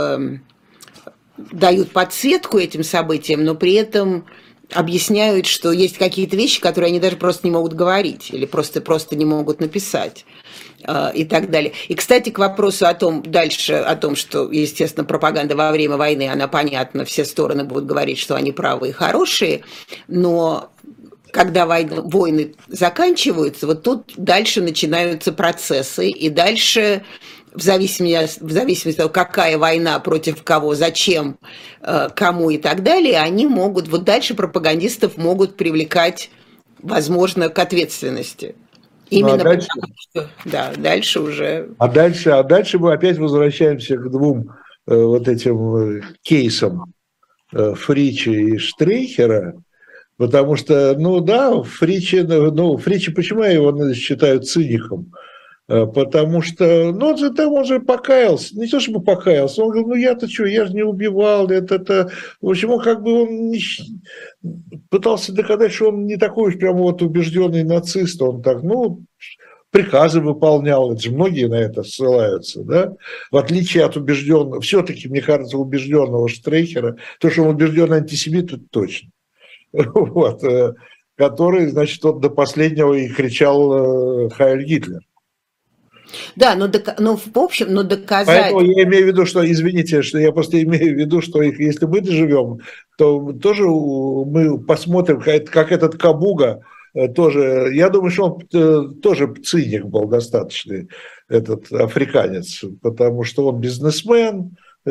дают подсветку этим событиям, но при этом объясняют, что есть какие-то вещи, которые они даже просто не могут говорить или просто не могут написать. И так далее. И, кстати, к вопросу о том, что, естественно, пропаганда во время войны, она понятна, все стороны будут говорить, что они правые и хорошие, но когда войны заканчиваются, вот тут дальше начинаются процессы, и дальше в зависимости от того, какая война, против кого, зачем, кому и так далее, они могут, вот дальше пропагандистов могут привлекать, возможно, к ответственности. Именно дальше, потому что, да, дальше уже... А дальше мы опять возвращаемся к двум вот этим кейсам Фрича и Штрейхера, потому что, ну да, Фрича, почему я его считаю циником? Потому что, ну, он же покаялся, не то чтобы покаялся, он говорил, ну я-то что, я же не убивал, в общем, он как бы пытался доказать, что он не такой уж прям вот убежденный нацист, он так, ну, приказы выполнял, это же многие на это ссылаются, да, в отличие от убежденного, все-таки, мне кажется, убежденного Штрейхера, то, что он убежденный антисемит, это точно, вот, который, значит, вот до последнего и кричал «Хайль Гитлер». Да, но в общем, доказать... Поэтому я имею в виду, что, извините, что я просто имею в виду, что если мы доживем, то тоже мы посмотрим, как этот Кабуга тоже... Я думаю, что он тоже циник был достаточный, этот африканец, потому что он бизнесмен,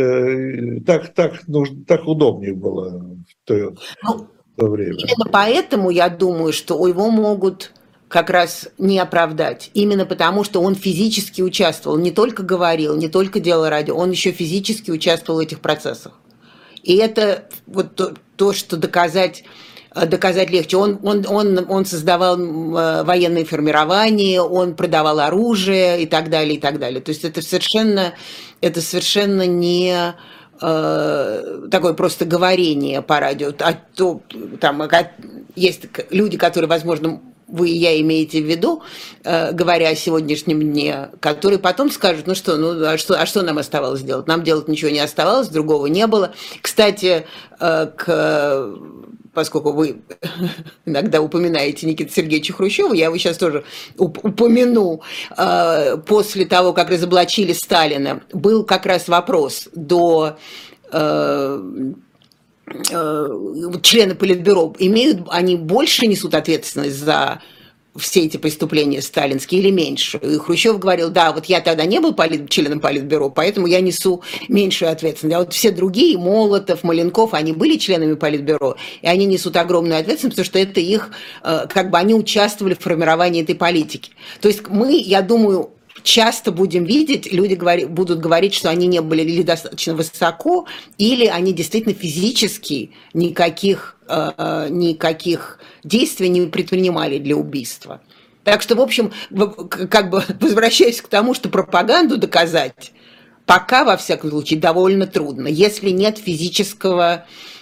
так удобнее было в то время. Именно поэтому я думаю, что его могут... как раз не оправдать. Именно потому, что он физически участвовал, не только говорил, не только делал радио, он еще физически участвовал в этих процессах. И это вот то что доказать легче. Он создавал военные формирования, он продавал оружие и так далее, и так далее. То есть это совершенно не такое просто говорение по радио. Там есть люди, которые, возможно, вы и я имеете в виду, говоря о сегодняшнем дне, которые потом скажут, а что нам оставалось делать? Нам делать ничего не оставалось, другого не было. Кстати, поскольку вы иногда упоминаете Никиту Сергеевича Хрущева, я его сейчас тоже упомяну. После того, как разоблачили Сталина, был как раз вопрос до... члены Политбюро, они больше несут ответственность за все эти преступления сталинские или меньше. И Хрущев говорил, да, вот я тогда не был членом Политбюро, поэтому я несу меньшую ответственность. А вот все другие, Молотов, Маленков, они были членами Политбюро, и они несут огромную ответственность, потому что это их, как бы они участвовали в формировании этой политики. То есть мы, я думаю, часто будем видеть, люди будут говорить, что они не были или достаточно высоко, или они действительно физически никаких действий не предпринимали для убийства. Так что, в общем, как бы возвращаясь к тому, что пропаганду доказать, пока, во всяком случае, довольно трудно, если нет физических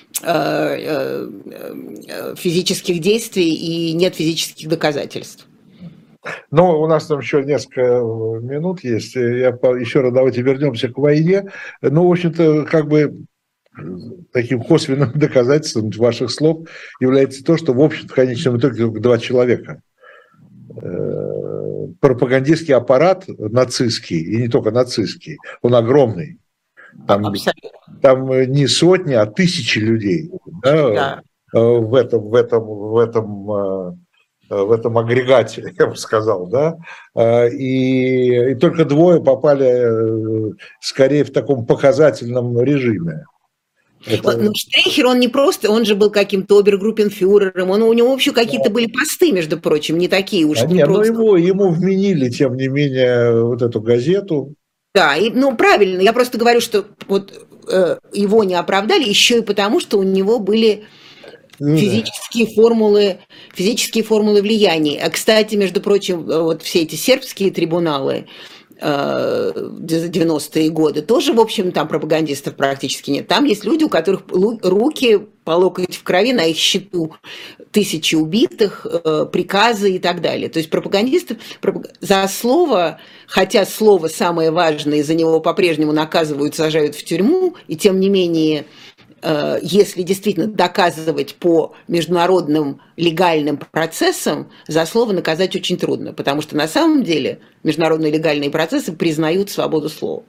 действий и нет физических доказательств. Ну, у нас там еще несколько минут есть. Я еще раз давайте вернемся к войне. Ну, в общем-то, как бы таким косвенным доказательством ваших слов является то, что, в общем-то, в конечном итоге только 2 человека. Пропагандистский аппарат нацистский, и не только нацистский, он огромный. Там не сотни, а тысячи людей, да, в этом агрегате, я бы сказал, да, и только 2 попали скорее в таком показательном режиме. Ну, Штрейхер, он не просто, он же был каким-то обергруппенфюрером, у него вообще какие-то были посты, между прочим, не такие уж. Нет, но ему вменили, тем не менее, вот эту газету. Да, ну правильно, я просто говорю, что вот его не оправдали еще и потому, что у него были физические формулы влияния. А, кстати, между прочим, вот все эти сербские трибуналы 90-е годы, тоже, в общем, там пропагандистов практически нет. Там есть люди, у которых руки по локоть в крови, на их счету тысячи убитых, приказы и так далее. То есть пропагандисты за слово, хотя слово самое важное, и за него по-прежнему наказывают, сажают в тюрьму, и тем не менее, если действительно доказывать по международным легальным процессам, за слово наказать очень трудно, потому что на самом деле международные легальные процессы признают свободу слова.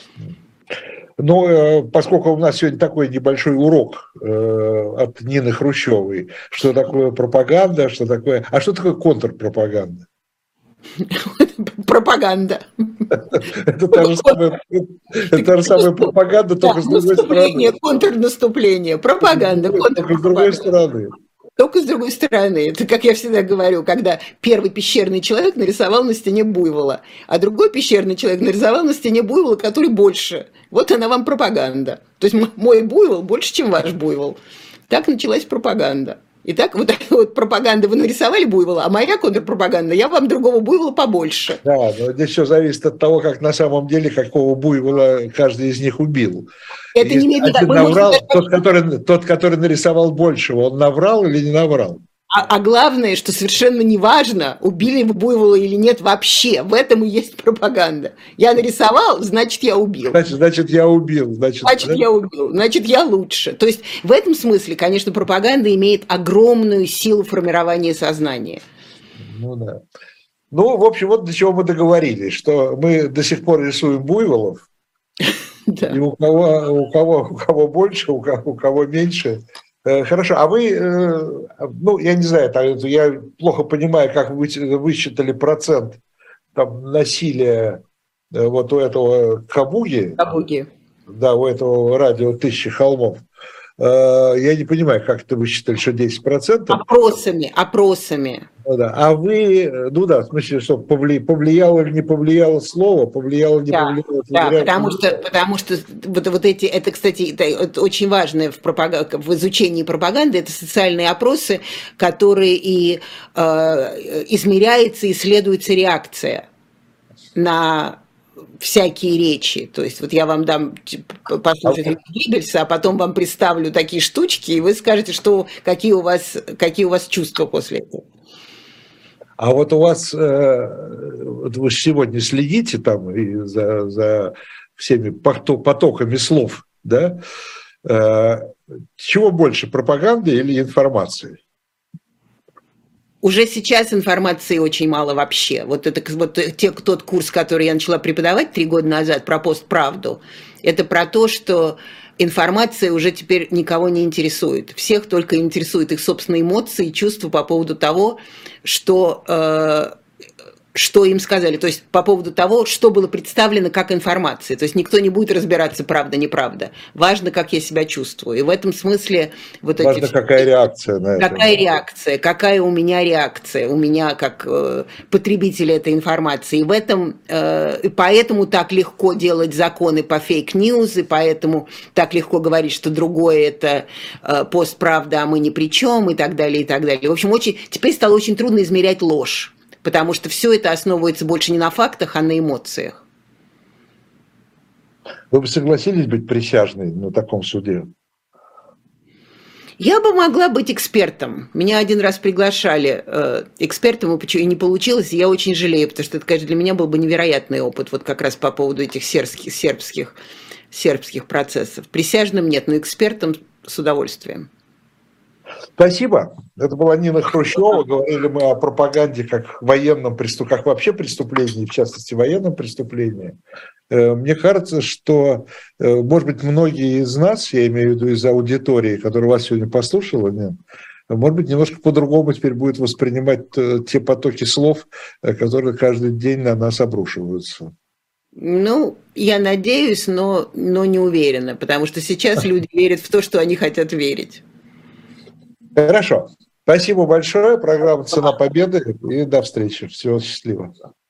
Ну, поскольку у нас сегодня такой небольшой урок от Нины Хрущевой, что такое пропаганда, что такое контрпропаганда? Пропаганда. Это та же самая пропаганда, только с другой стороны. Контрнаступление, пропаганда, только с другой стороны. Только с другой стороны. Это, как я всегда говорю, когда первый пещерный человек нарисовал на стене буйвола, а другой пещерный человек нарисовал на стене буйвола, который больше. Вот она вам пропаганда. То есть мой буйвол больше, чем ваш буйвол. Так началась пропаганда. Итак, вот пропаганда, вы нарисовали буйвола, а моя контрпропаганда, я вам другого буйвола побольше. Да, но здесь все зависит от того, как на самом деле, какого буйвола каждый из них убил. Это не имеет вида. Тот, который нарисовал большего, он наврал или не наврал? А главное, что совершенно не важно, убили вы буйвола или нет вообще. В этом и есть пропаганда. Я нарисовал, значит, я убил. Значит, я убил. Я убил. Значит, я лучше. То есть, в этом смысле, конечно, пропаганда имеет огромную силу формирования сознания. Ну, да. Ну, в общем, вот до чего мы договорились, что мы до сих пор рисуем буйволов, и у кого больше, у кого меньше. Хорошо, а вы, ну, я не знаю, я плохо понимаю, как вы высчитали процент там, насилия вот у этого Кабуги, да, у этого радио «Тысячи холмов». Я не понимаю, как это высчитали, что 10%. Опросами. Ну, да. А вы, ну да, в смысле, что повлияло или не повлияло слово, повлияло или не повлияло. Да, потому что вот эти, это, кстати, это очень важное в изучении пропаганды, это социальные опросы, которые и измеряется, исследуется реакция на всякие речи. То есть вот я вам дам послушать Геббельса, а потом вам представлю такие штучки, и вы скажете, что какие у вас чувства после этого. А вот у вас, вы сегодня следите там и за всеми потоками слов, да? Чего больше, пропаганды или информации? Уже сейчас информации очень мало вообще. Вот тот курс, который я начала преподавать 3 года назад про постправду, это про то, что информация уже теперь никого не интересует. Всех только интересуют их собственные эмоции и чувства по поводу того, что им сказали, то есть по поводу того, что было представлено как информация. То есть никто не будет разбираться, правда, неправда. Важно, как я себя чувствую. И в этом смысле вот важно, эти... какая реакция на это. Какая реакция, какая у меня реакция, у меня как потребителя этой информации. И в этом, и поэтому так легко делать законы по фейк-ньюс, и поэтому так легко говорить, что другое это постправда, а мы ни при чем, и так далее, и так далее. В общем, теперь стало очень трудно измерять ложь. Потому что все это основывается больше не на фактах, а на эмоциях. Вы бы согласились быть присяжной на таком суде? Я бы могла быть экспертом. Меня один раз приглашали экспертом, и не получилось, и я очень жалею, потому что это, конечно, для меня был бы невероятный опыт, вот как раз по поводу этих сербских процессов. Присяжным нет, но экспертом с удовольствием. Спасибо. Это была Нина Хрущева. Говорили мы о пропаганде как военном преступлении, как вообще преступлении, в частности, военном преступлении. Мне кажется, что, может быть, многие из нас, я имею в виду из аудитории, которая вас сегодня послушала, нет, может быть, немножко по-другому теперь будет воспринимать те потоки слов, которые каждый день на нас обрушиваются. Ну, я надеюсь, но не уверена, потому что сейчас люди верят в то, что они хотят верить. Хорошо. Спасибо большое. Программа «Цена победы». И до встречи. Всего счастливого.